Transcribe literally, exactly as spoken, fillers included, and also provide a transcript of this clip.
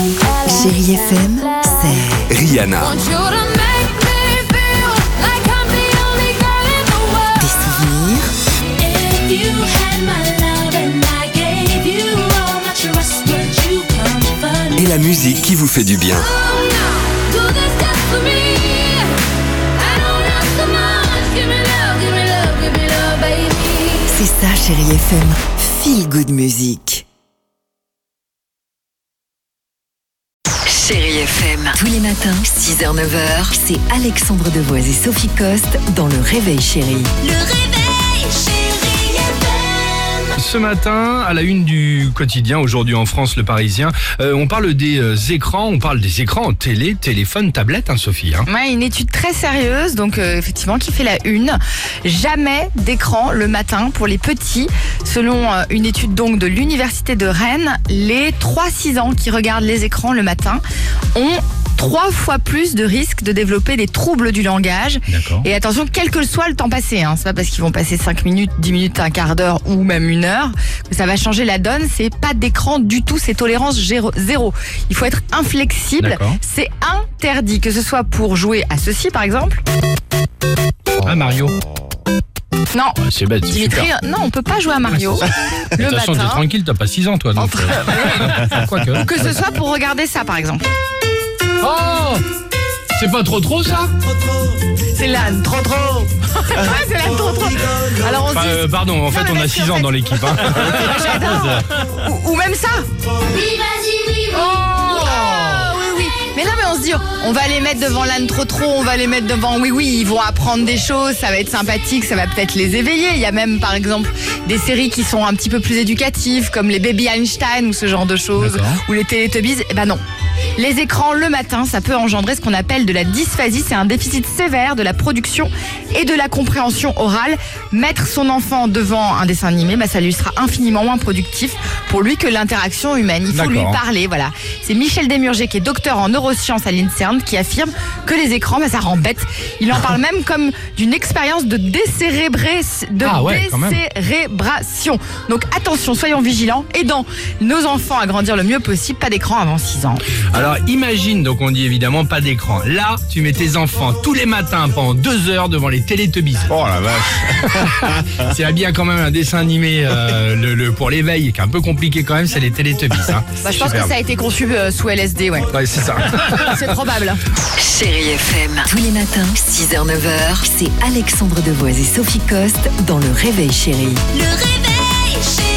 Chérie F M, c'est Rihanna. des souvenirs, Et la musique qui vous fait du bien. c'est ça Chérie F M, Feel Good Music. Chérie F M, tous les matins, six heures neuf heures, c'est Alexandre Devoise et Sophie Coste dans Le Réveil Chérie. Le réveil, chérie F M. Ce matin, à la une du quotidien, aujourd'hui en France, Le Parisien, euh, on parle des euh, écrans, on parle des écrans en télé, téléphone, tablette, hein, Sophie. Hein. Ouais, une étude très sérieuse, donc euh, effectivement, qui fait la une. Jamais d'écran le matin pour les petits. Selon euh, une étude donc de l'université de Rennes, les trois six ans qui regardent les écrans le matin ont trois fois plus de risques de développer des troubles du langage. D'accord. Et attention, quel que soit le temps passé, hein, c'est pas parce qu'ils vont passer cinq minutes, dix minutes, un quart d'heure ou même une heure que ça va changer la donne. C'est pas d'écran du tout, c'est tolérance zéro. Il faut être inflexible, D'accord. c'est interdit, que ce soit pour jouer à ceci par exemple. Ah, Mario. Non, Ouais, c'est bête, c'est Dimitri, super. non, on peut pas jouer à Mario De le toute façon, t'es matin. tranquille, t'as pas six ans, toi. Donc, Entre- euh, quoique. Ou que ce soit pour regarder ça par exemple. Oh, c'est pas trop trop, ça C'est l'âne, trop trop. Ouais, c'est l'âne, trop trop. Alors on se Enfin, dit, euh, Pardon, en fait, mais on a parce six qu'en ans fait- dans l'équipe. Hein. j'adore. Ou, ou même ça. Oui, vas-y, oui, oui. Ah, oui, oui. Mais non, mais on se dit, on va les mettre devant l'âne trop trop, on va les mettre devant, oui, oui, ils vont apprendre des choses, ça va être sympathique, ça va peut-être les éveiller. Il y a même, par exemple, des séries qui sont un petit peu plus éducatives, comme les Baby Einstein ou ce genre de choses, D'accord. ou les Teletubbies. Eh ben non. Les écrans le matin, ça peut engendrer ce qu'on appelle de la dysphasie, c'est un déficit sévère de la production et de la compréhension orale. Mettre son enfant devant un dessin animé, bah, ça lui sera infiniment moins productif pour lui que l'interaction humaine. Il faut lui D'accord. parler, voilà. C'est Michel Desmurger, qui est docteur en neurosciences à l'INSERM, qui affirme que les écrans, bah, ça rend bête. Il en parle même comme d'une expérience de décérébré, de Ah ouais, quand même. décérébration. Donc attention, soyons vigilants, aidant nos enfants à grandir le mieux possible, pas d'écran avant six ans. Alors, imagine, donc on dit évidemment pas d'écran. Là, tu mets tes enfants tous les matins pendant deux heures devant les Teletubbies. Oh la vache. C'est bien quand même un dessin animé euh, le, le- pour l'éveil, qui est un peu compliqué quand même, c'est les Teletubbies. Hein. Bah, je pense Superbe. que ça a été conçu euh, sous L S D, ouais. Ouais, c'est ça. C'est probable. Chérie F M, tous les matins, six heures neuf heures, c'est Alexandre Devoise et Sophie Coste dans Le Réveil Chérie. Le réveil, chérie